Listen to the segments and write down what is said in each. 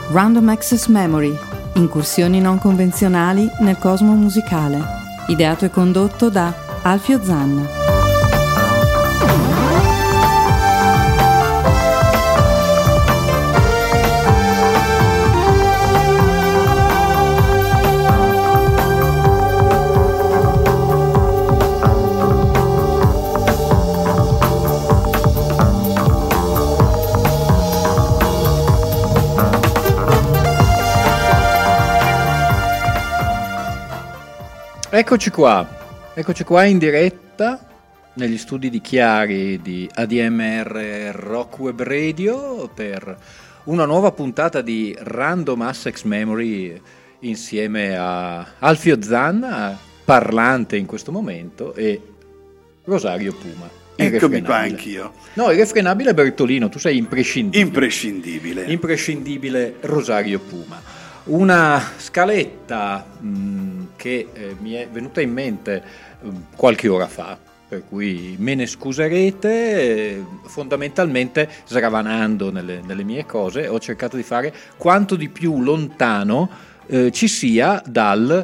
Random Access Memory, incursioni non convenzionali nel cosmo musicale. Ideato e condotto da Alfio Zanna. Eccoci qua in diretta negli studi di Chiari di ADMR Rock Web Radio per una nuova puntata di Random Access Memory insieme a Alfio Zanna, parlante in questo momento, e Rosario Puma. Eccomi qua anch'io. No, irrefrenabile Bertolino, tu sei Imprescindibile. Imprescindibile Rosario Puma. Una scaletta che mi è venuta in mente qualche ora fa, per cui me ne scuserete. Fondamentalmente, sravanando nelle mie cose, ho cercato di fare quanto di più lontano ci sia dal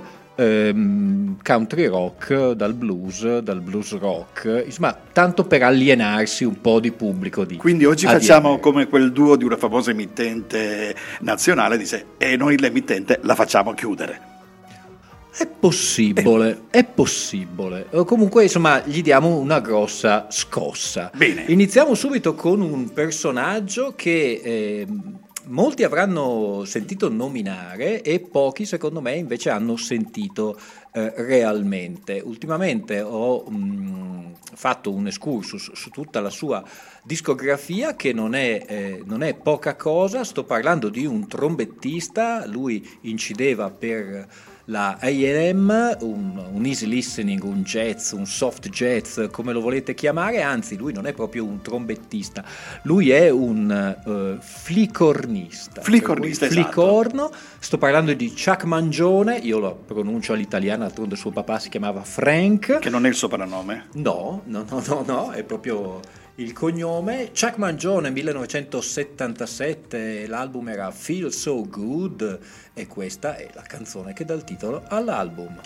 country rock, dal blues rock, insomma, tanto per alienarsi un po' di pubblico di Quindi oggi ADMR. facciamo come quel duo di una famosa emittente nazionale, dice, e noi l'emittente la facciamo chiudere. È possibile. Comunque, insomma, gli diamo una grossa scossa. Bene. Iniziamo subito con un personaggio che molti avranno sentito nominare e pochi, secondo me, invece hanno sentito realmente. Ultimamente ho fatto un excursus su tutta la sua discografia, che non è poca cosa. Sto parlando di un trombettista. Lui incideva per la A&M, un easy listening, un jazz, un soft jazz, come lo volete chiamare. Anzi, lui non è proprio un trombettista, lui è un flicornista. Flicornista, esatto. Flicorno. Sto parlando di Chuck Mangione, io lo pronuncio all'italiana, d'altronde suo papà si chiamava Frank. Che non è il soprannome? No, è proprio il cognome. Chuck Mangione, 1977, l'album era Feel So Good e questa è la canzone che dà il titolo all'album.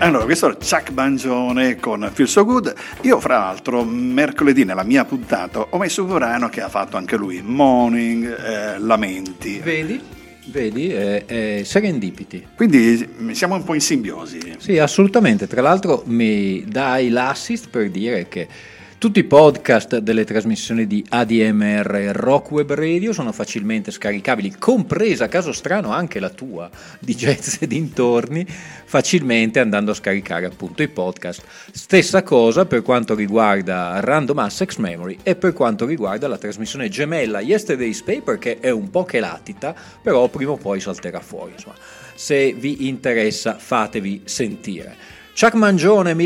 Allora, questo è Chuck Mangione con Feel So Good. Io, fra l'altro, mercoledì nella mia puntata ho messo un brano che ha fatto anche lui, Morning, Lamenti. Vedi, serendipity. Quindi siamo un po' in simbiosi. Sì, assolutamente. Tra l'altro mi dai l'assist per dire che tutti i podcast delle trasmissioni di ADMR e Rock Web Radio sono facilmente scaricabili, compresa, caso strano, anche la tua di Jazz e dintorni, facilmente andando a scaricare appunto i podcast. Stessa cosa per quanto riguarda Random Access Memory e per quanto riguarda la trasmissione gemella Yesterday's Paper, che è un po' che latita, però prima o poi salterà fuori. Insomma, se vi interessa fatevi sentire. Chuck Mangione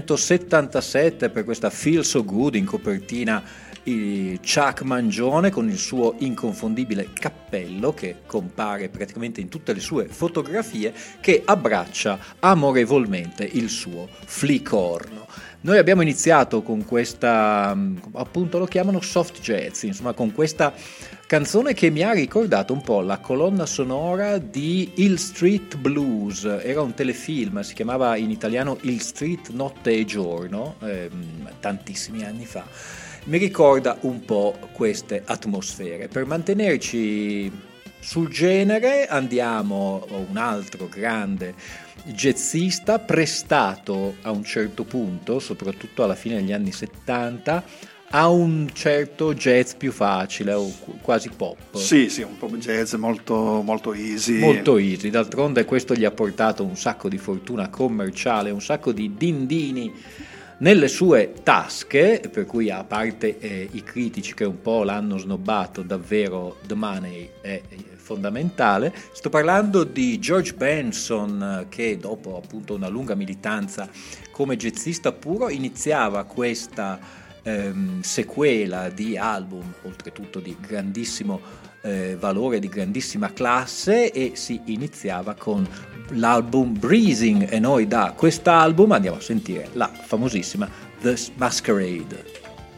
1977 per questa Feel So Good, in copertina Chuck Mangione con il suo inconfondibile cappello che compare praticamente in tutte le sue fotografie, che abbraccia amorevolmente il suo flicorno. Noi abbiamo iniziato con questa, appunto lo chiamano soft jazz, insomma con questa canzone che mi ha ricordato un po' la colonna sonora di Hill Street Blues. Era un telefilm, si chiamava in italiano Hill Street Notte e Giorno, tantissimi anni fa. Mi ricorda un po' queste atmosfere. Per mantenerci sul genere andiamo a un altro grande jazzista prestato a un certo punto, soprattutto alla fine degli anni 70, a un certo jazz più facile o quasi pop. Sì, un po' jazz molto, molto easy. Molto easy, d'altronde questo gli ha portato un sacco di fortuna commerciale, un sacco di dindini nelle sue tasche, per cui a parte i critici che un po' l'hanno snobbato, davvero The Money è fondamentale. Sto parlando di George Benson, che dopo appunto una lunga militanza come jazzista puro iniziava questa sequela di album, oltretutto di grandissimo valore, di grandissima classe, e si iniziava con l'album Breezing, e noi da quest'album andiamo a sentire la famosissima The Masquerade.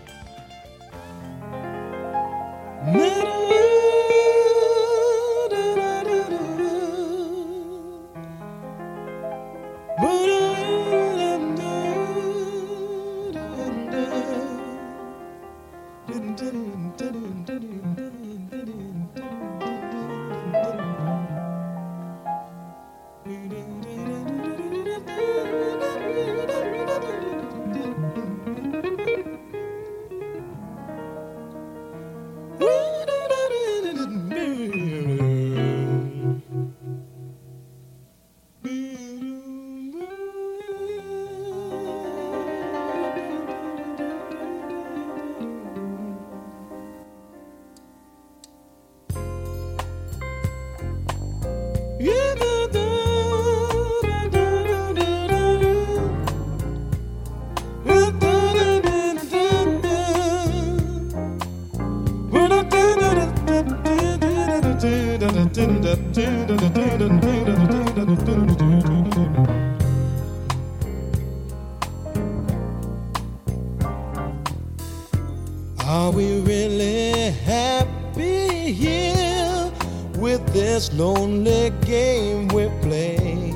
Are we really happy here with this lonely game we play?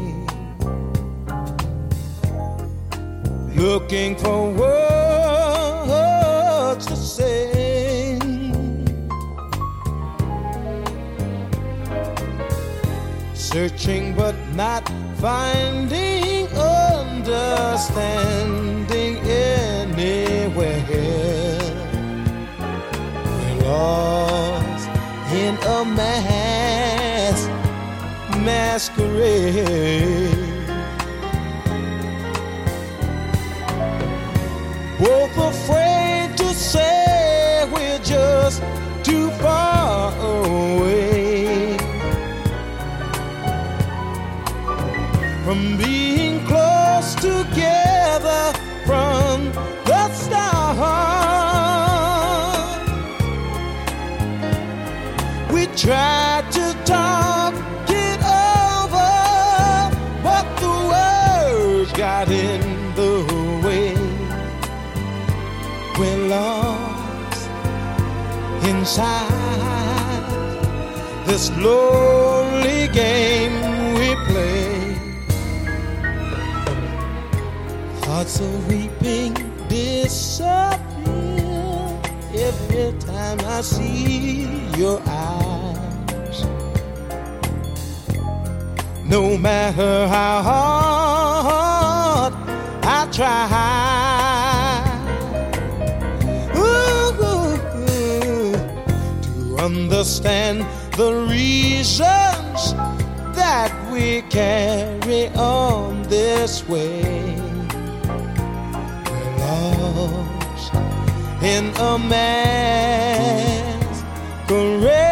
Looking for words to say, searching but not finding understanding anywhere. Lost in a masquerade, both afraid to say we're just too far away from being close together from the start. We tried to talk it over, but the words got in the way. We're lost inside this lonely game we play. thoughts of weeping disappear every time I see your eyes. No matter how hard I try to understand the reasons that we carry on this way. We're lost in a masquerade.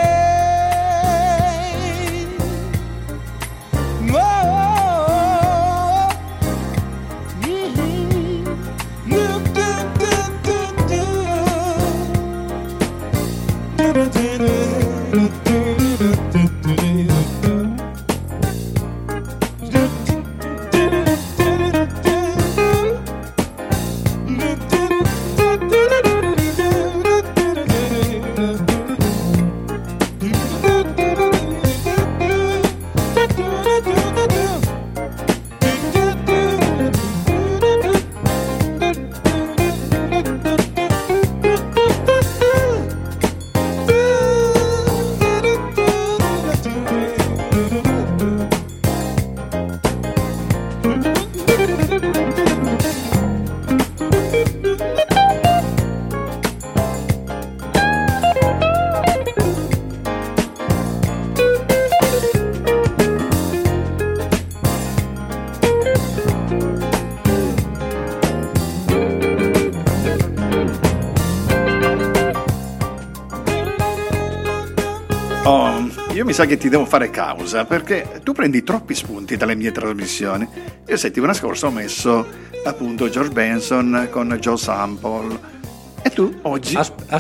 Io mi sa che ti devo fare causa, perché tu prendi troppi spunti dalle mie trasmissioni. Io settimana scorsa ho messo appunto George Benson con Joe Sample, e tu oggi...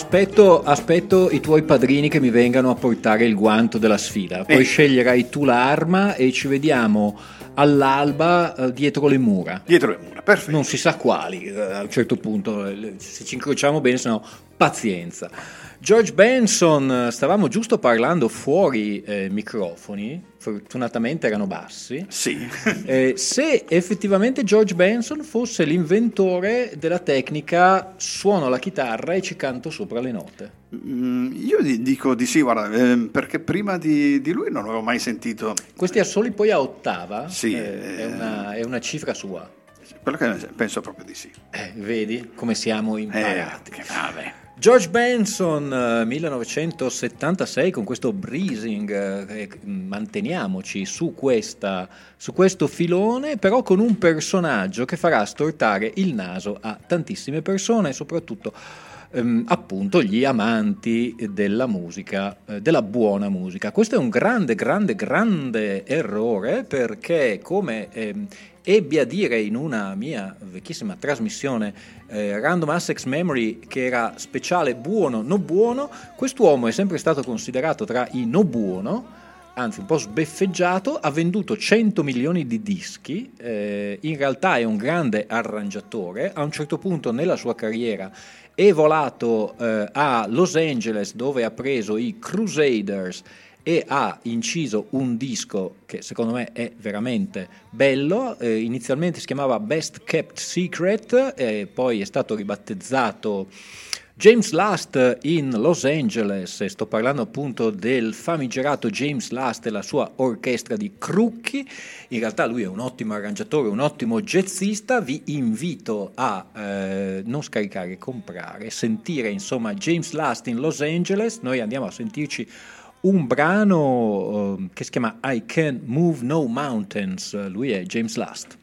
Aspetto i tuoi padrini che mi vengano a portare il guanto della sfida, poi sceglierai tu l'arma e ci vediamo all'alba dietro le mura. Dietro le mura, perfetto. Non si sa quali, a un certo punto, se ci incrociamo bene, se no pazienza. George Benson, stavamo giusto parlando fuori microfoni, fortunatamente erano bassi. Sì. Se effettivamente George Benson fosse l'inventore della tecnica suono la chitarra e ci canto sopra le note. Io dico di sì, guarda, perché prima di lui non avevo mai sentito. Questi assoli poi a ottava, sì, è una cifra sua. Quello che penso proprio di sì. Vedi come siamo imparati. Vabbè. George Benson, 1976, con questo breezing, manteniamoci su questo filone, però con un personaggio che farà stortare il naso a tantissime persone, soprattutto appunto gli amanti della musica, della buona musica. Questo è un grande errore, perché come ebbi a dire in una mia vecchissima trasmissione Random Access Memory, che era speciale buono no buono, quest'uomo è sempre stato considerato tra i no buono, anzi un po' sbeffeggiato, ha venduto 100 milioni di dischi, in realtà è un grande arrangiatore. A un certo punto nella sua carriera è volato a Los Angeles, dove ha preso i Crusaders e ha inciso un disco che secondo me è veramente bello. Inizialmente si chiamava Best Kept Secret e poi è stato ribattezzato James Last in Los Angeles, e sto parlando appunto del famigerato James Last e la sua orchestra di Crucchi. In realtà lui è un ottimo arrangiatore, un ottimo jazzista. Vi invito a non scaricare, comprare, sentire insomma James Last in Los Angeles. Noi andiamo a sentirci un brano che si chiama I Can't Move No Mountains. Lui è James Last.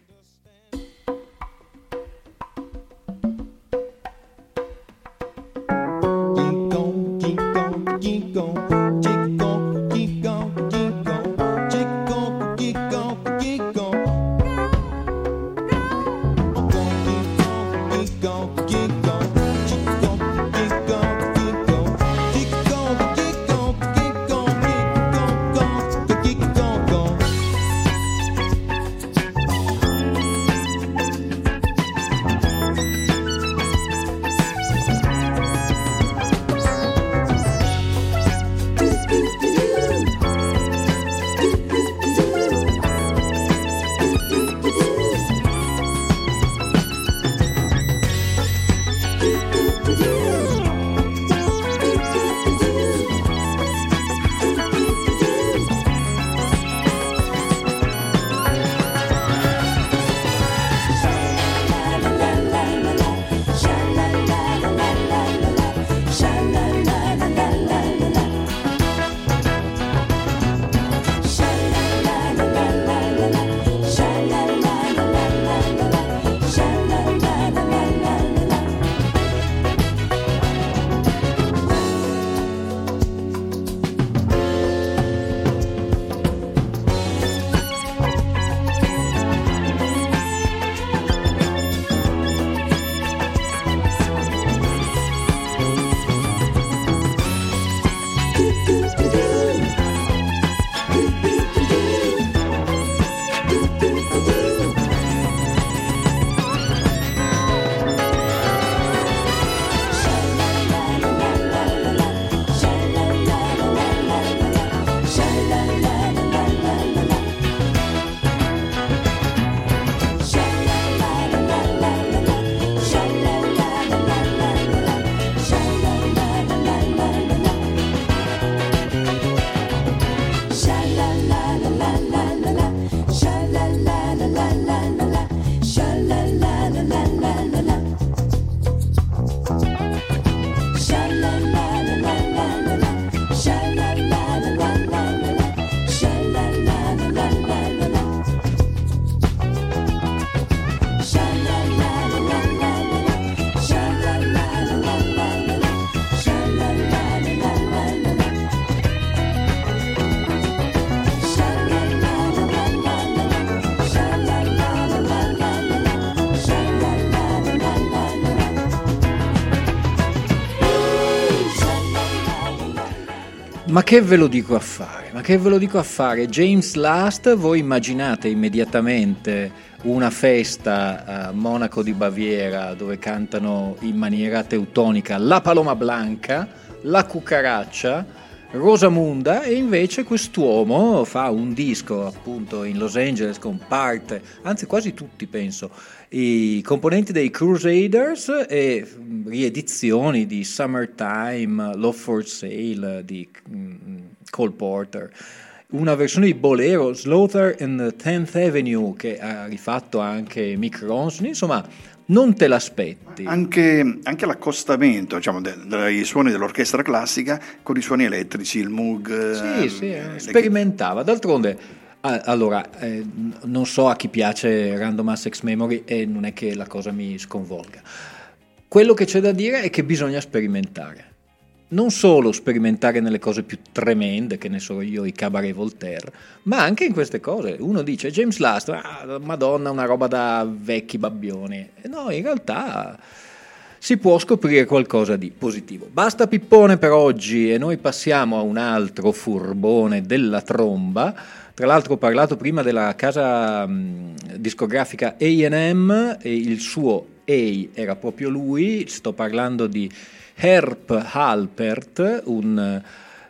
Ma che ve lo dico a fare? James Last, voi immaginate immediatamente una festa a Monaco di Baviera dove cantano in maniera teutonica la Paloma Blanca, la Cucaraccia, Rosamunda, e invece quest'uomo fa un disco appunto in Los Angeles con parte, anzi quasi tutti penso, i componenti dei Crusaders e riedizioni di Summertime, Love for Sale di Cole Porter, una versione di Bolero, Slaughter and 10th Avenue, che ha rifatto anche Mick Ronson, insomma non te l'aspetti. Anche l'accostamento, diciamo, dei suoni dell'orchestra classica con i suoni elettrici, il Moog. Sì, sperimentava. D'altronde, allora, non so a chi piace Random Access Memory e non è che la cosa mi sconvolga. Quello che c'è da dire è che bisogna sperimentare. Non solo sperimentare nelle cose più tremende, che ne so io, i Cabaret Voltaire, ma anche in queste cose. Uno dice James Last, Madonna, una roba da vecchi babbioni. No, in realtà si può scoprire qualcosa di positivo. Basta pippone per oggi e noi passiamo a un altro furbone della tromba. Tra l'altro ho parlato prima della casa discografica A&M e il suo A era proprio lui, sto parlando di Herb Halpert, un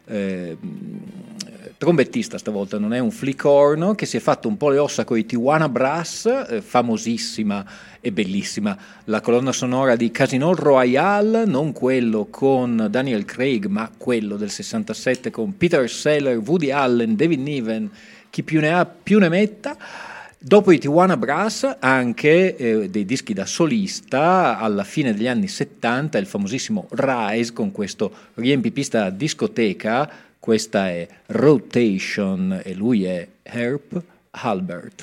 trombettista stavolta, non è un flicorno, che si è fatto un po' le ossa con i Tijuana Brass, famosissima e bellissima la colonna sonora di Casino Royale, non quello con Daniel Craig ma quello del 67 con Peter Sellers, Woody Allen, David Niven, chi più ne ha più ne metta. Dopo i Tijuana Brass anche dei dischi da solista alla fine degli anni 70, il famosissimo Rise con questo riempipista discoteca, questa è Rotation e lui è Herb Halpert.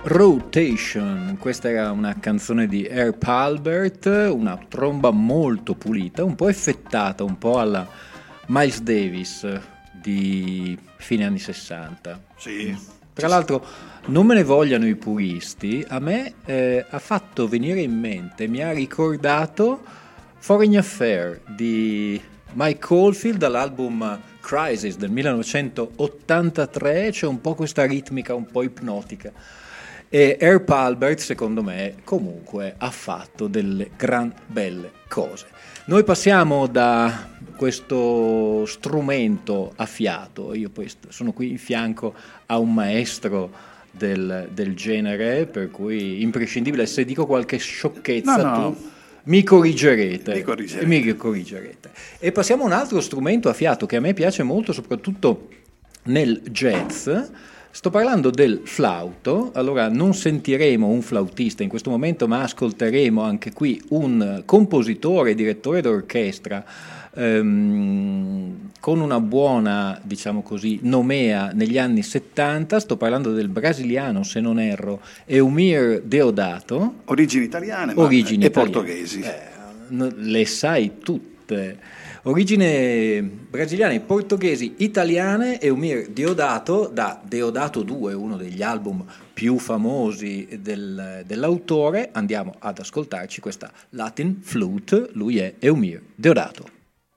Rotation, questa era una canzone di Herb Alpert, una tromba molto pulita, un po' effettata, un po' alla Miles Davis di fine anni 60. Sì. Tra l'altro, non me ne vogliano i puristi, a me ha fatto venire in mente, mi ha ricordato Foreign Affair di Mike Oldfield dall'album Crisis del 1983, c'è un po' questa ritmica un po' ipnotica. E Herb Alpert, secondo me, comunque ha fatto delle gran belle cose. Noi passiamo da questo strumento a fiato, io poi sono qui in fianco a un maestro del genere, per cui imprescindibile, se dico qualche sciocchezza tu mi corrigerete. E passiamo a un altro strumento a fiato che a me piace molto, soprattutto nel jazz. Sto parlando del flauto. Allora non sentiremo un flautista in questo momento, ma ascolteremo anche qui un compositore, direttore d'orchestra con una buona, diciamo così, nomea negli anni 70. Sto parlando del brasiliano, se non erro, Eumir Deodato. Origini italiane e portoghesi. Le sai tutte. Origine brasiliane, portoghesi, italiane. Eumir Deodato, da Deodato 2, uno degli album più famosi dell'autore. Andiamo ad ascoltarci questa Latin Flute, lui è Eumir Deodato.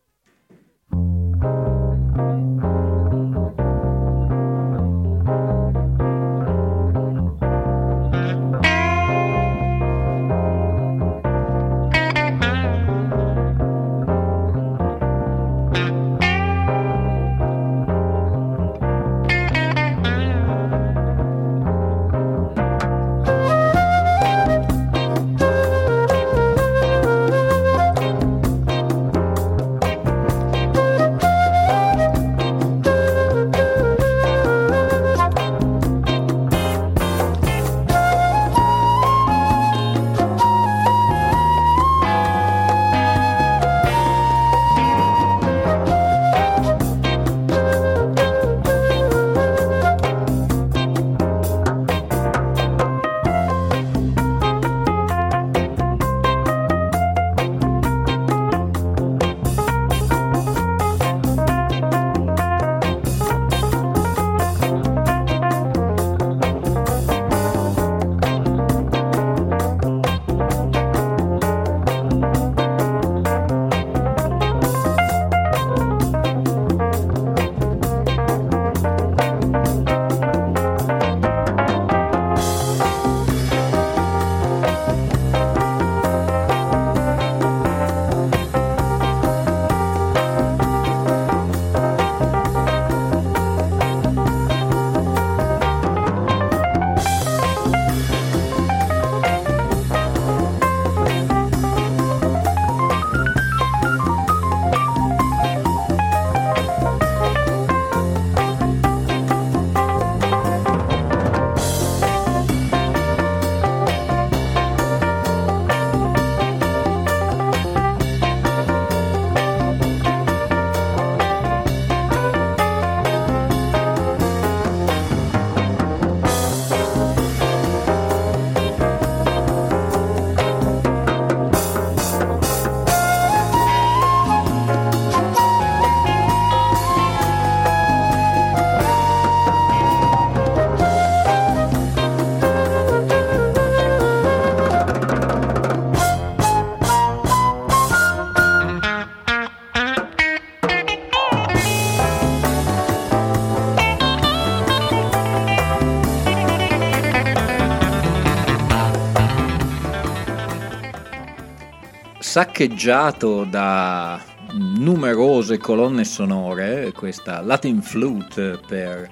Saccheggiato da numerose colonne sonore, questa Latin Flute per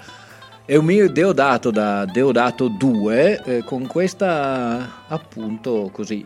Eumir Deodato da Deodato 2, con questa appunto così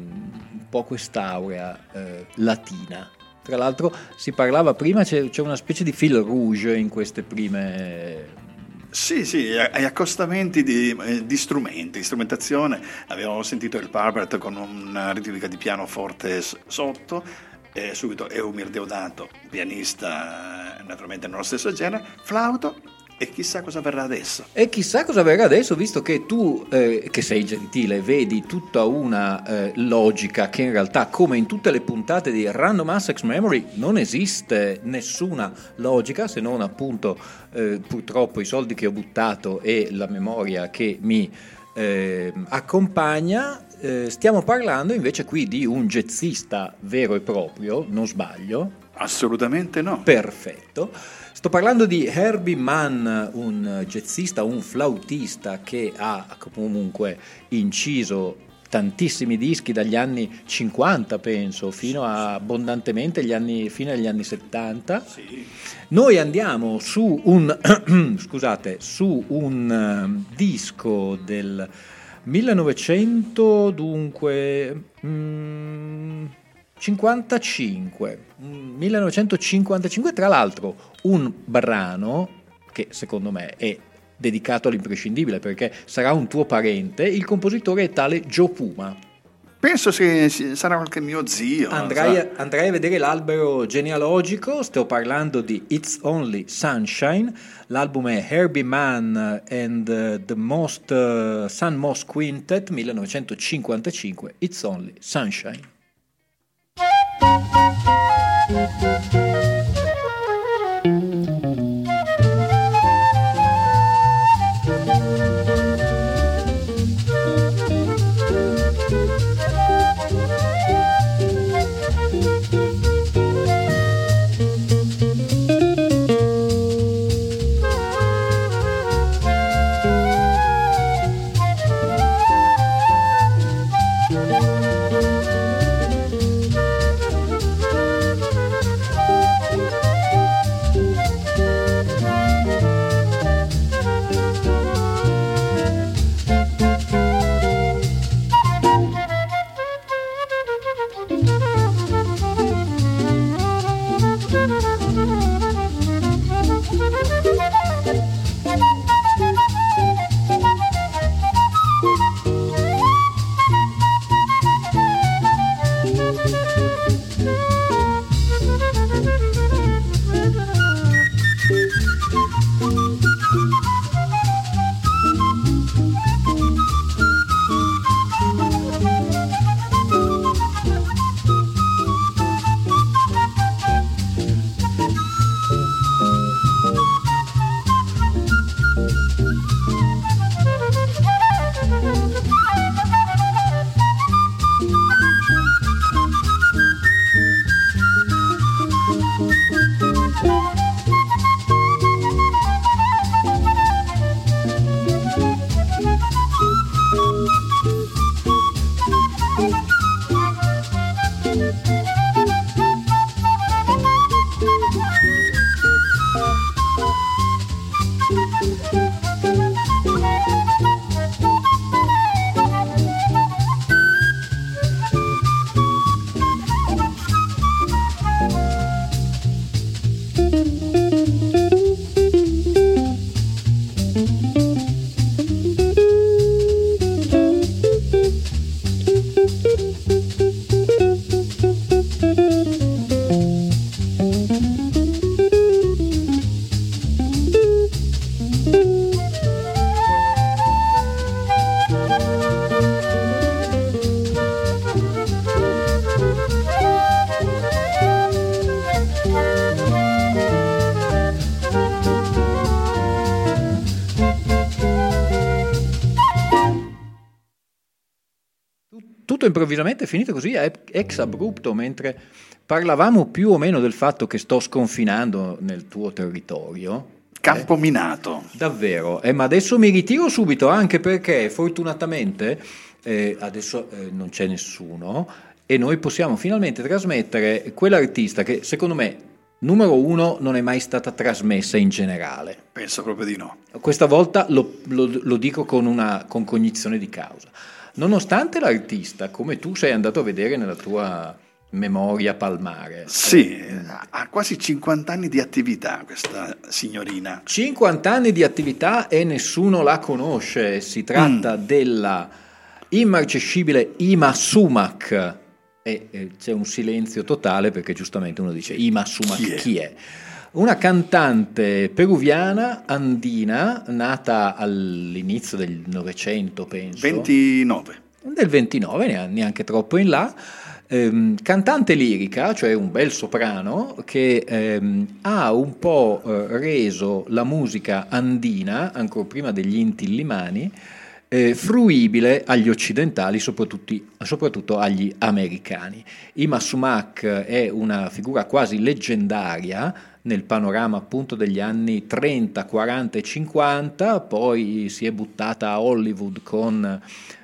un po' quest'aurea latina. Tra l'altro si parlava prima, c'è una specie di fil rouge in queste prime... Sì, agli accostamenti di strumenti, di strumentazione. Abbiamo sentito il Alpert con una ritmica di pianoforte sotto, e subito Eumir Deodato, pianista naturalmente nello stesso genere, flauto, E chissà cosa verrà adesso. E chissà cosa verrà adesso, visto che tu, che sei gentile, vedi tutta una logica che in realtà, come in tutte le puntate di Random Access Memory, non esiste nessuna logica, se non appunto purtroppo i soldi che ho buttato e la memoria che mi accompagna. Stiamo parlando invece qui di un jazzista vero e proprio, non sbaglio? Assolutamente no. Perfetto. Sto parlando di Herbie Mann, un jazzista, un flautista che ha comunque inciso tantissimi dischi dagli anni 50, penso, fino a abbondantemente fino agli anni 70. Sì. Noi andiamo su un scusate, su un disco del 1900, dunque 1955, tra l'altro un brano che secondo me è dedicato all'imprescindibile perché sarà un tuo parente, il compositore è tale Joe Puma. Penso che sarà qualche mio zio. Andrai a vedere l'albero genealogico, sto parlando di It's Only Sunshine, l'album è Herbie Mann and the Sun Moss Quintet 1955, It's Only Sunshine. Tutto improvvisamente è finito così ex abrupto, mentre parlavamo più o meno del fatto che sto sconfinando nel tuo territorio. Campo minato. Davvero, ma adesso mi ritiro subito, anche perché fortunatamente adesso non c'è nessuno e noi possiamo finalmente trasmettere quell'artista che secondo me numero uno non è mai stata trasmessa in generale. Penso proprio di no. Questa volta lo dico con cognizione di causa. Nonostante l'artista, come tu sei andato a vedere nella tua memoria palmare. Sì, ha quasi 50 anni di attività questa signorina. 50 anni di attività e nessuno la conosce. Si tratta della immarcescibile Yma Sumac. E c'è un silenzio totale perché giustamente uno dice Yma Sumac chi è? una cantante peruviana, andina, nata all'inizio del Novecento, penso. 29. Del 29, neanche troppo in là. Cantante lirica, cioè un bel soprano, che ha un po' reso la musica andina, ancora prima degli Inti Illimani, fruibile agli occidentali, soprattutto agli americani. Ima Sumac è una figura quasi leggendaria nel panorama appunto degli anni 30, 40 e 50, poi si è buttata a Hollywood con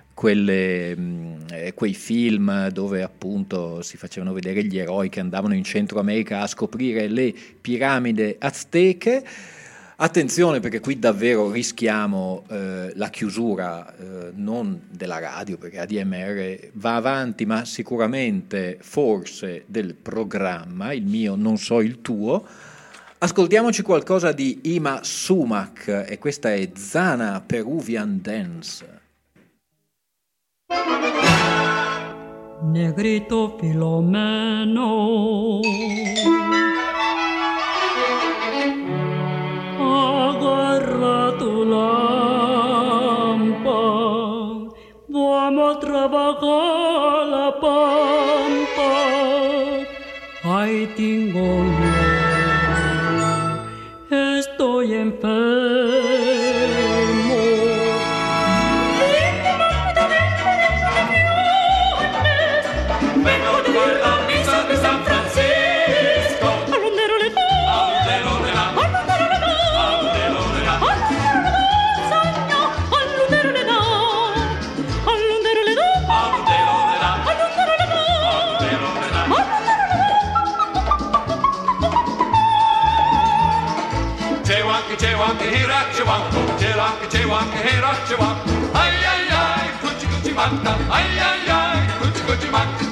quei film dove appunto si facevano vedere gli eroi che andavano in Centro America a scoprire le piramidi azteche. Attenzione, perché qui davvero rischiamo la chiusura non della radio, perché ADMR va avanti, ma sicuramente forse del programma, il mio non so il tuo. Ascoltiamoci qualcosa di Ima Sumac, e questa è Zana Peruvian Dance. Negrito Filomeno, agarra tu lampa, vamos a trabajar la pampa, ay tengo miedo, estoy enfermo. Ay, ay, ay, cuchi, cuchi, manta. Ay, ay, ay, cuchi, cuchi, manta.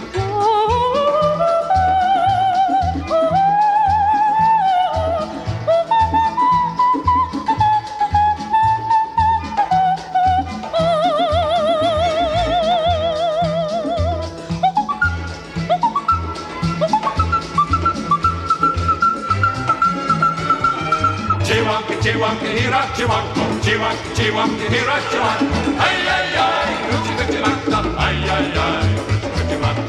Chihuahua, Chihuahua, Chihuahua, ay, ay, ay, cuchi, cuchi, manta. Ay, ay, ay, cuchi, manta.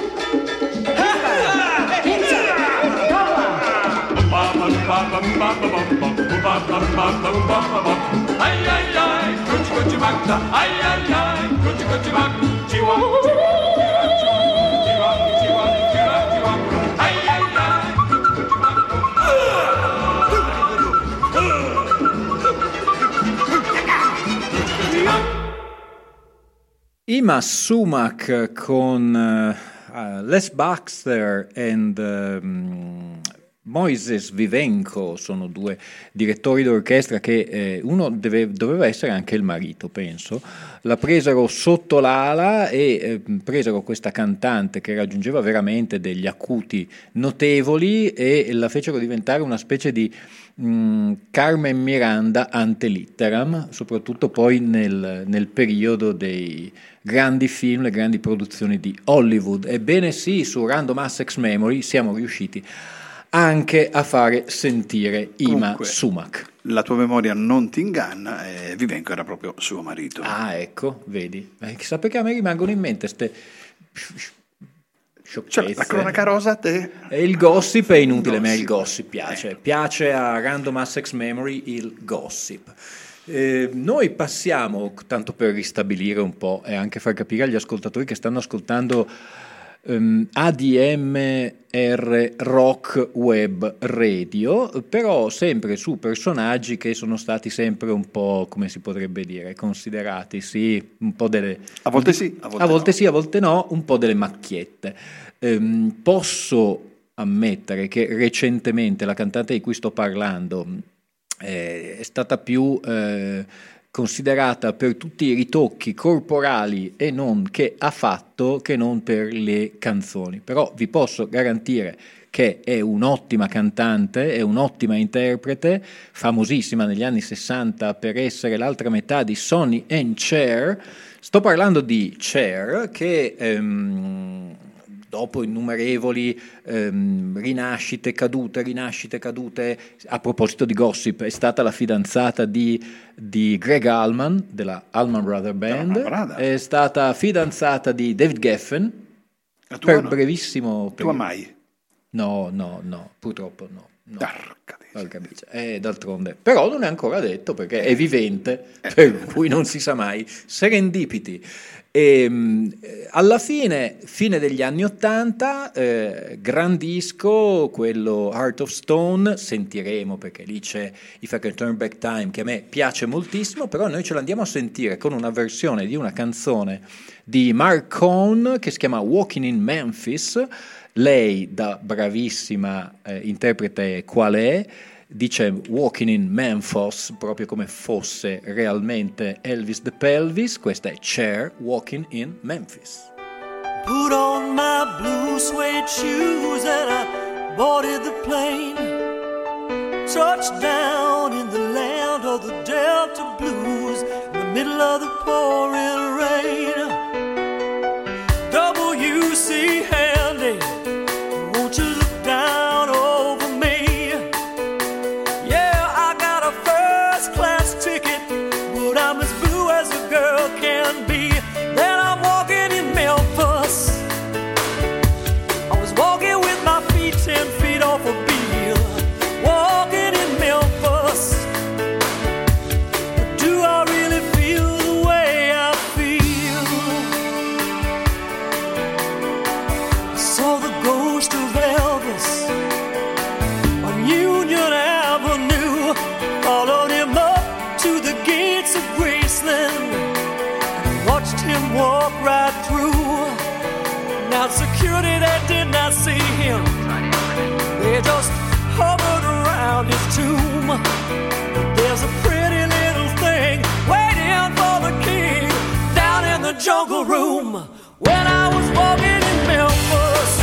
Ay, ay, ay, cuchi, cuchi, manta. Ay, ay, ay, cuchi, cuchi, manta. Chihuahua, Chihuahua, Chihuahua, Chihuahua, ay, ay, ay, cuchi, cuchi, manta. Ima Sumac con Les Baxter and Moises Vivenco sono due direttori d'orchestra che uno doveva essere anche il marito, penso. La presero sotto l'ala e presero questa cantante che raggiungeva veramente degli acuti notevoli e la fecero diventare una specie di Carmen Miranda ante litteram, soprattutto poi nel periodo dei grandi film, le grandi produzioni di Hollywood. Ebbene sì, su Random Access Memory siamo riusciti anche a fare sentire Ima Sumac. La tua memoria non ti inganna, Vivenco era proprio suo marito. Ah, ecco, vedi. Chissà perché a me rimangono in mente ste sciocchezze. Cioè, la cronaca rosa a te? E il gossip è inutile, a me il gossip piace. Piace a Random Access Memory il gossip. Noi passiamo, tanto per ristabilire un po' e anche far capire agli ascoltatori che stanno ascoltando ADMR Rock Web Radio, però sempre su personaggi che sono stati sempre un po', come si potrebbe dire, considerati sì, un po' delle... A volte sì, a volte no. Sì, a volte no, un po' delle macchiette. Posso ammettere che recentemente la cantante di cui sto parlando è stata più considerata per tutti i ritocchi corporali e non che ha fatto, che non per le canzoni. Però vi posso garantire che è un'ottima cantante, è un'ottima interprete, famosissima negli anni 60 per essere l'altra metà di Sonny and Cher. Sto parlando di Cher, che dopo innumerevoli rinascite, cadute. A proposito di gossip, è stata la fidanzata di Greg Allman della Allman Brothers Band, è stata fidanzata di David Geffen per brevissimo periodo. Tu mai? No, purtroppo no. D'altronde, però non è ancora detto perché è vivente, per cui non si sa mai. Serendipity. Alla fine degli anni '80, gran disco, quello Heart of Stone, sentiremo perché lì c'è If I Can Turn Back Time, che a me piace moltissimo, però noi ce l'andiamo a sentire con una versione di una canzone di Mark Cohn che si chiama Walking in Memphis. Lei, da bravissima interprete qual è, dice Walking in Memphis, proprio come fosse realmente Elvis the Pelvis. Questa è Cher, Walking in Memphis. Put on my blue suede shoes and I boarded the plane. Touched down in the land of the Delta Blues, in the middle of the pouring rain. W.C. Handy, won't you look down over me? Yeah, I got a first class ticket, but I'm as blue as a girl can be. Then I'm walking in Memphis. I was walking with my feet 10 feet off a beam. Walking in Memphis. But do I really feel the way I feel? I saw the ghost of Elvis on Union Avenue. Followed him up to the gates of Graceland. Watched him walk right through. Now security, they did not see him. They just hovered around his tomb. There's a pretty little thing waiting for the king down in the jungle room. When I was walking in Memphis,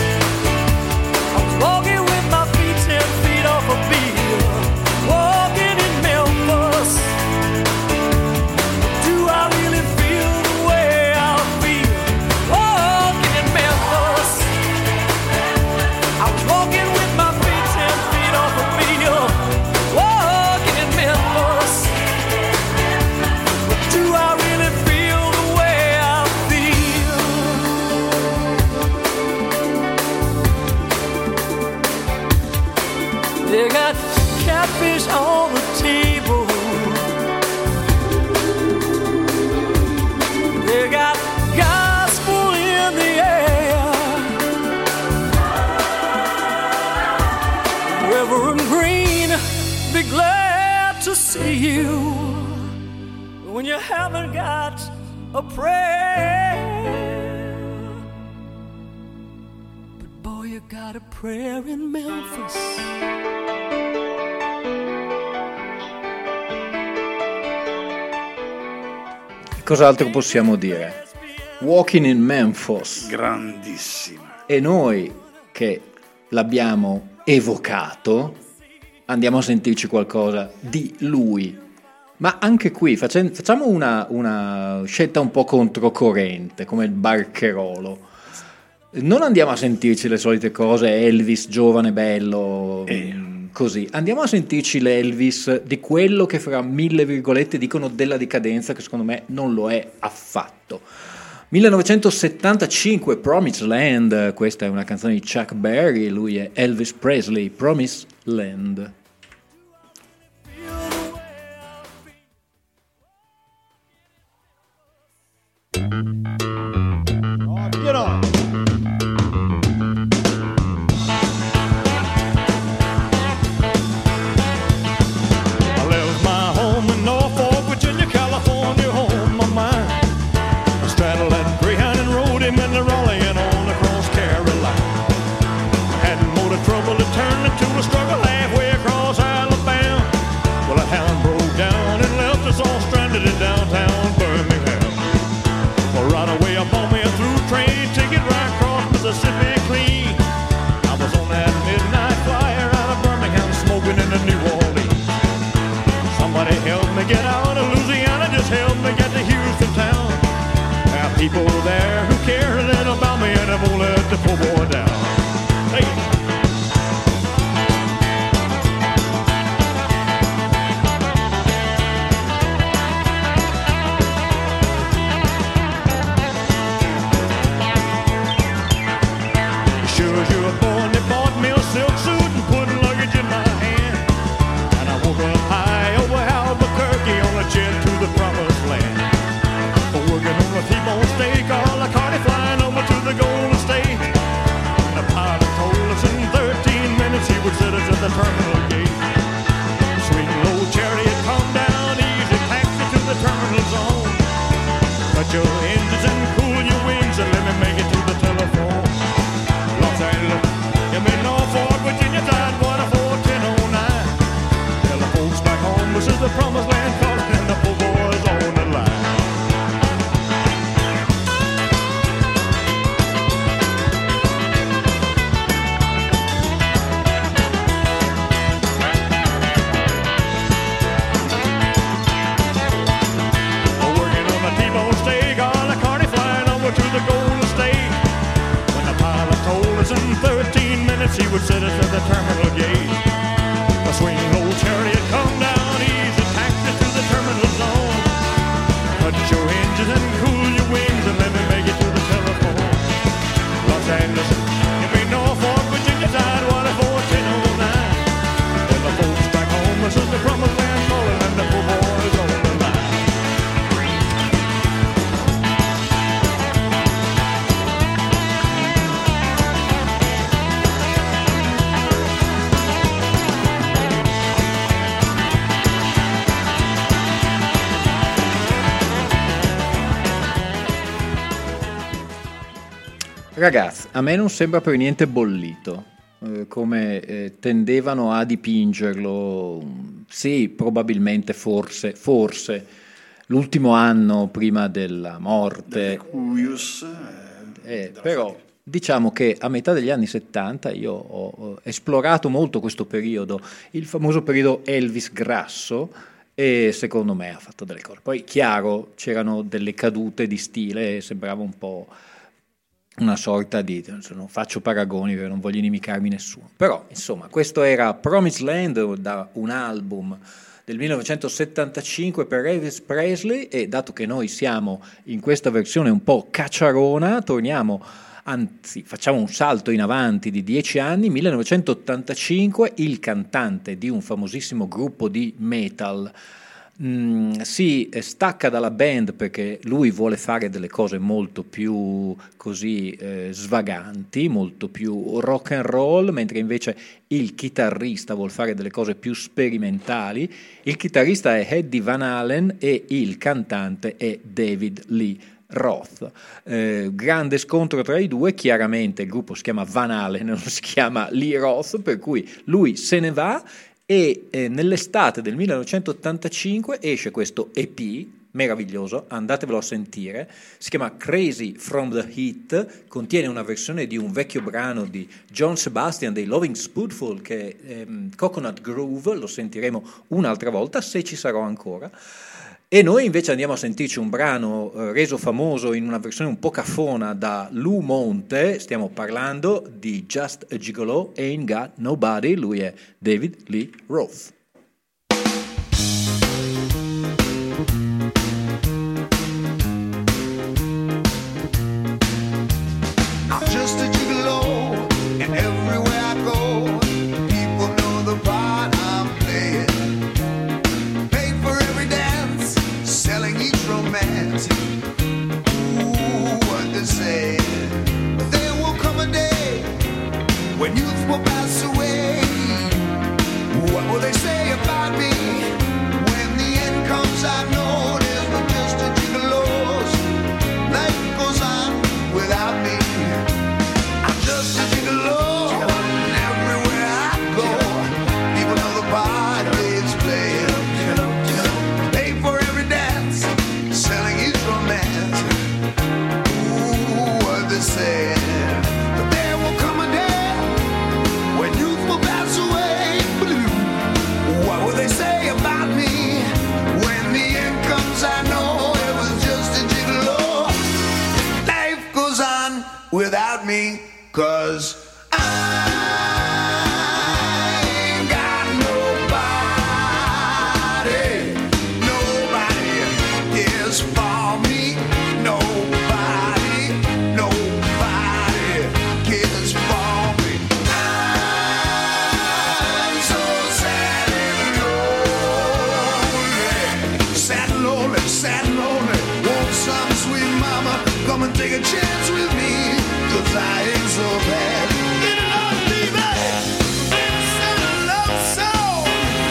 I was walking with my feet 10 feet off a beam. Walking in Memphis. Do I really feel the way I feel? Walking in Memphis. I was walking with my feet 10 feet off a beam. Walking in Memphis. Do I really feel the way I feel? They got catfish on the table. They got gospel in the air. Reverend Green, be glad to see you when you haven't got a prayer. But boy, you got a prayer in Memphis. Cos'altro possiamo dire? Walking in Memphis. Grandissima. E noi che l'abbiamo evocato andiamo a sentirci qualcosa di lui. Ma anche qui facciamo una scelta un po' controcorrente, come il barcherolo. Non andiamo a sentirci le solite cose, Elvis giovane, bello, così. Andiamo a sentirci l'Elvis di quello che fra mille virgolette dicono della decadenza, che secondo me non lo è affatto. 1975, Promised Land, questa è una canzone di Chuck Berry, lui è Elvis Presley, Promised Land. Get on. I left my home in Norfolk, Virginia, California, home my mind. I straddled that Greyhound and rode him into Raleigh and on across Carolina. Hadn't more the trouble to turn into a struggle halfway across Alabama. Well, that hound broke down and left us all stranded in downtown Birmingham. Well, right away I bought me a through train ticket right across Mississippi clean. I was on that midnight flyer out of Birmingham smoking into New Orleans. Somebody help me get out of Louisiana, just help me get to Houston town. There are people there who care a little about me and I won't let the the promised land calling and the poor boys on the line. Working on the T-bone steak, all the carny flying over to the Golden State. When the pilot told us in 13 minutes he would set us at the terminal gate. The swinging old chariot come down easy, taxi to the terminal zone. Cut your engines and cool your wings and let me make it to the telephone. Los Angeles, you be Norfolk, Virginia Tidewater 1409. Tell the folks back home this is the promised land calling and the poor boys on the line. Ragazzi, a me non sembra per niente bollito, come tendevano a dipingerlo. Sì, probabilmente, forse, l'ultimo anno prima della morte. Però diciamo che a metà degli anni 70 io ho esplorato molto questo periodo, il famoso periodo Elvis grasso, e secondo me ha fatto delle cose. Poi, chiaro, c'erano delle cadute di stile, sembrava un po' una sorta di, non faccio paragoni perché non voglio inimicarmi nessuno, però insomma questo era Promised Land, da un album del 1975 per Elvis Presley, e dato che noi siamo in questa versione un po' cacciarona, torniamo, anzi facciamo un salto in avanti di 10 anni, 1985, il cantante di un famosissimo gruppo di metal si stacca dalla band perché lui vuole fare delle cose molto più così svaganti, molto più rock and roll, mentre invece il chitarrista vuole fare delle cose più sperimentali. Il chitarrista è Eddie Van Halen e il cantante è David Lee Roth. Grande scontro tra i due, chiaramente il gruppo si chiama Van Halen, non si chiama Lee Roth, per cui lui se ne va. E nell'estate del 1985 esce questo EP meraviglioso, andatevelo a sentire, si chiama Crazy from the Heat, contiene una versione di un vecchio brano di John Sebastian dei Loving Spoonful che è Coconut Groove, lo sentiremo un'altra volta se ci sarò ancora. E noi invece andiamo a sentirci un brano reso famoso in una versione un po' cafona da Lou Monte, stiamo parlando di Just a Gigolo, Ain't Got Nobody, lui è David Lee Roth. I'm just a gigolo, and everywhere I go, people know the part I'm playing. Pay for every dance, selling each romance. Ooh, what they say. But there will come a day when youth will pass away. What will they say about me when the end comes? I know there's no just a gigolo's. Life goes on without me. I'm just a gigolo, and everywhere I go, people know the part it's playing. Pay for every dance, selling each romance. Ooh, what they say. But there will come a day when youth will pass away. What will they say about me when the end comes? I know it was just a gigolo. Life goes on without me, 'cause I ain't got nobody. Nobody cares for me. Nobody, nobody cares for me. I'm so sad and lonely. Sad and lonely, sad and lonely. Want some sweet mama come and take a chance with me, 'cause I ain't so bad. Get it on, baby. It's a love song.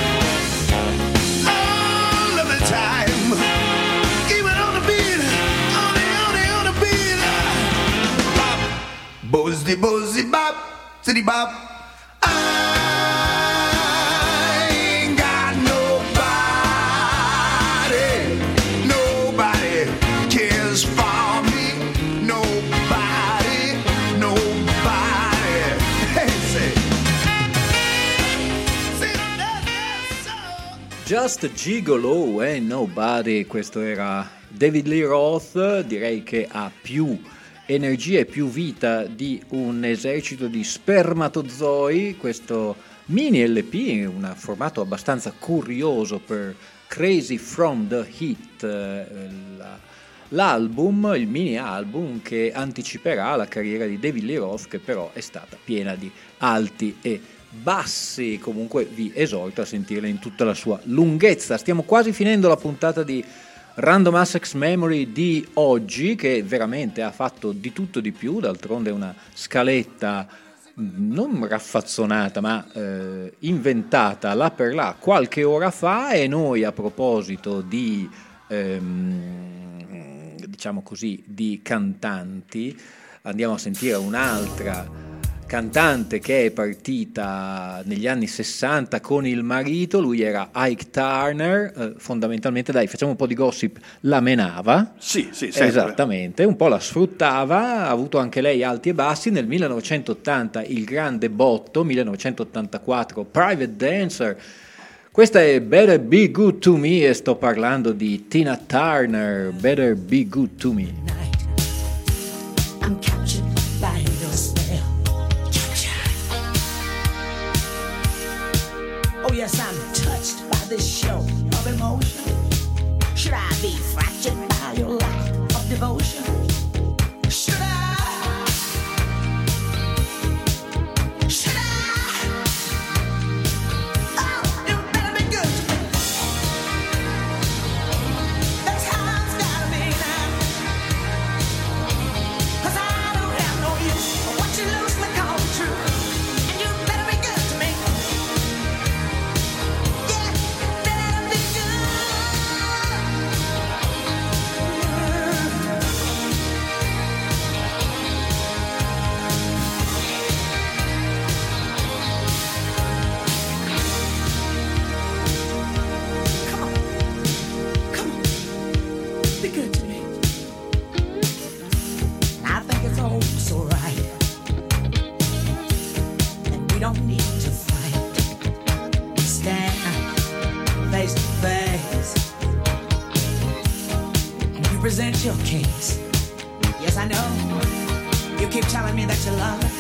Oh, lovely time. Keep it on the beat. On the beat. Bop. Bozzy, bozzy, bop. City bop. I ain't got nobody. Just Gigolo and Nobody, questo era David Lee Roth, direi che ha più energia e più vita di un esercito di spermatozoi, questo mini LP, un formato abbastanza curioso per Crazy from the Heat, l'album, il mini album che anticiperà la carriera di David Lee Roth, che però è stata piena di alti e bassi. Comunque vi esorto a sentirla in tutta la sua lunghezza. Stiamo quasi finendo la puntata di Random Access Memory di oggi, che veramente ha fatto di tutto di più, d'altronde è una scaletta non raffazzonata ma inventata là per là qualche ora fa, e noi a proposito di diciamo così di cantanti andiamo a sentire un'altra cantante che è partita negli anni 60 con il marito. Lui era Ike Turner, fondamentalmente, dai, facciamo un po' di gossip, la menava. Sì, sempre. Esattamente, un po' la sfruttava, ha avuto anche lei alti e bassi. Nel 1980 il grande botto, 1984 Private Dancer. Questa è Better Be Good to Me e sto parlando di Tina Turner. Better Be Good to Me. I'm captured by your spell. Oh yes, I'm touched by this show of emotion. Should I be fractured by your lack of devotion? Should I? Should I? Oh, you better be good to me. That's how it's gotta be now. 'Cause I don't have no use for what you loosely call true. And you better be good to me. Present your case. Yes, I know. You keep telling me that you love it.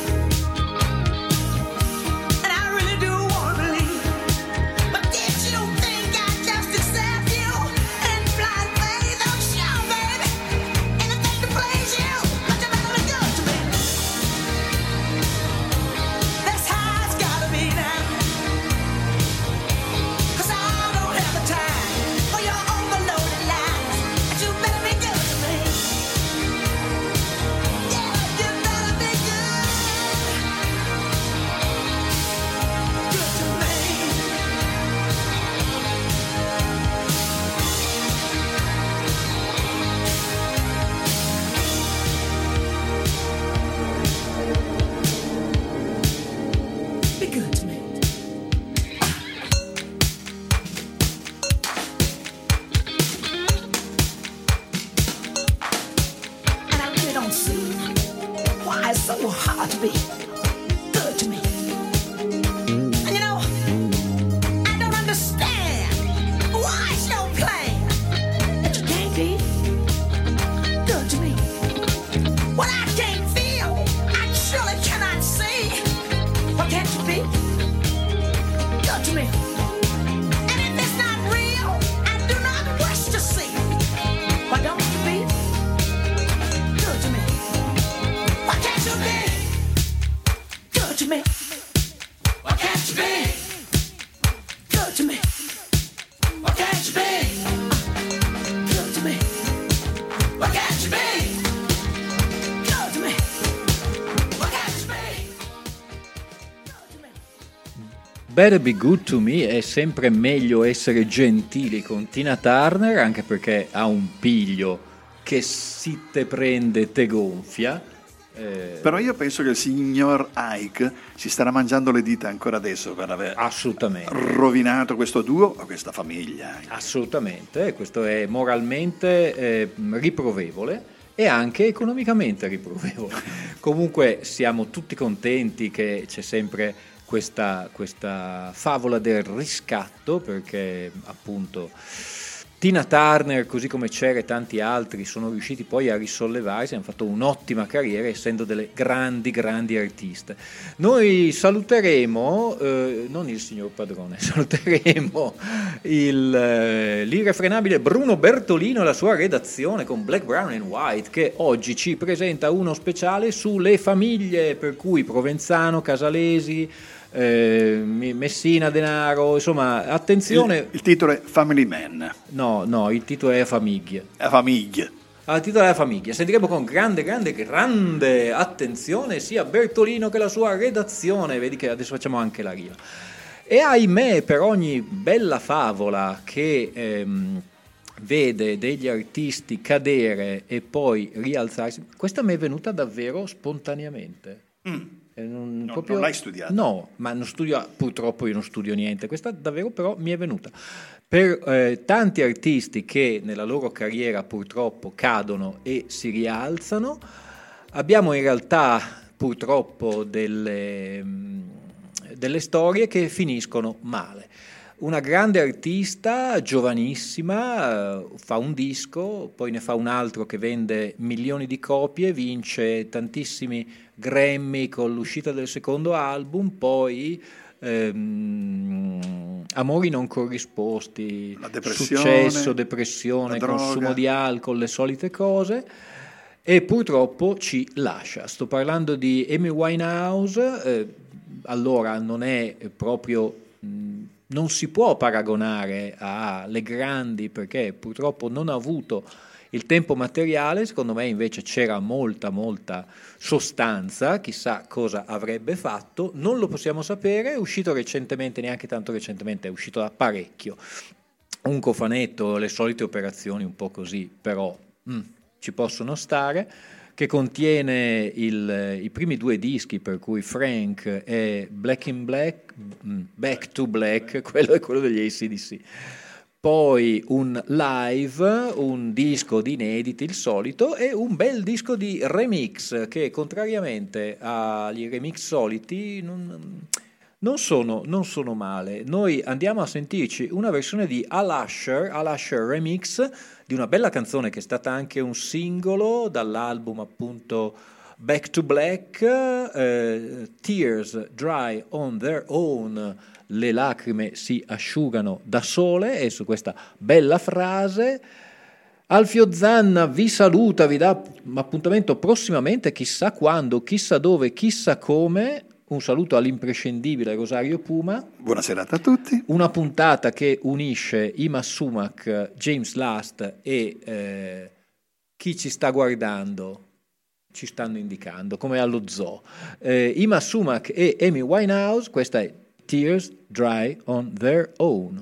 And I really do want to believe. But did you think I'd just accept you in blind faith? Oh, sure, baby. Anything to please you. But you better be good to me. That's how it's gotta be now. 'Cause I don't have the time for your overloaded lies. And you better be good to me. Yeah, you better be good. Good to me. Be good to me. And I really don't see why it's so hard to be good to me. And you know, I don't understand why it's so plain that you can't be good to me. What I can't feel, I surely cannot see. What can't you be good to me? And if it's not real, I do not wish to see. Why don't you be good to me? Why can't you be good to me? Why can't you be good to me? Why can't you be good to me? Why can't you be good to me? Why can't you be good to me? Better Be Good to Me, è sempre meglio essere gentili con Tina Turner, anche perché ha un piglio che si te prende te gonfia. Però io penso che il signor Ike si starà mangiando le dita ancora adesso per aver Assolutamente. rovinato questo duo o questa famiglia. Assolutamente, questo è moralmente riprovevole e anche economicamente riprovevole. Comunque siamo tutti contenti che c'è sempre questa favola del riscatto, perché appunto Tina Turner, così come Cher e tanti altri, sono riusciti poi a risollevarsi, hanno fatto un'ottima carriera essendo delle grandi artiste. Noi saluteremo, non il signor Padrone, saluteremo l'irrefrenabile Bruno Bertolino e la sua redazione con Black, Brown and White, che oggi ci presenta uno speciale sulle famiglie, per cui Provenzano, Casalesi, Messina Denaro, insomma, attenzione. Il titolo è Family Man. No, il titolo è Famiglie. La famiglia. Il titolo è La famiglia. Sentiremo con grande attenzione sia Bertolino che la sua redazione. Vedi che adesso facciamo anche la rima. E ahimè, per ogni bella favola che vede degli artisti cadere e poi rialzarsi, questa mi è venuta davvero spontaneamente. Non l'hai studiata? No, ma non studio, purtroppo io non studio niente, questa davvero però mi è venuta. Per tanti artisti che nella loro carriera purtroppo cadono e si rialzano, abbiamo in realtà purtroppo delle storie che finiscono male. Una grande artista, giovanissima, fa un disco, poi ne fa un altro che vende milioni di copie, vince tantissimi Grammy con l'uscita del secondo album, poi amori non corrisposti, successo, depressione, consumo di alcol, le solite cose, e purtroppo ci lascia. Sto parlando di Amy Winehouse. Allora non è proprio... non si può paragonare alle grandi, perché purtroppo non ha avuto il tempo materiale. Secondo me invece c'era molta sostanza, chissà cosa avrebbe fatto, non lo possiamo sapere. È uscito recentemente, neanche tanto recentemente, è uscito da parecchio, un cofanetto, le solite operazioni un po' così, però ci possono stare, che contiene i primi due dischi, per cui Frank è Black in Black, Back to Black, quello è quello degli AC/DC. Poi un live, un disco di inediti, il solito, e un bel disco di remix, che contrariamente agli remix soliti non sono male. Noi andiamo a sentirci una versione di Al Usher Remix, di una bella canzone che è stata anche un singolo dall'album appunto Back to Black, Tears Dry on Their Own, le lacrime si asciugano da sole, e su questa bella frase Alfio Zanna vi saluta, vi dà appuntamento prossimamente, chissà quando, chissà dove, chissà come. Un saluto all'imprescindibile Rosario Puma. Buona serata a tutti. Una puntata che unisce Ima Sumac, James Last e chi ci sta guardando, ci stanno indicando, come allo zoo. Ima Sumac e Amy Winehouse, questa è Tears Dry on Their Own.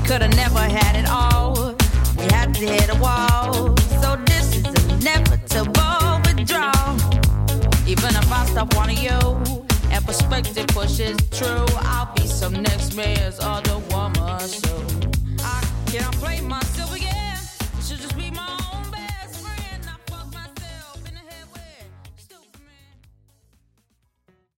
could've never had it all. We had to hit a wall. So this is inevitable withdrawal. Even if I stop wanting you and perspective pushes true, I'll be some next man's other woman. So I can't play myself.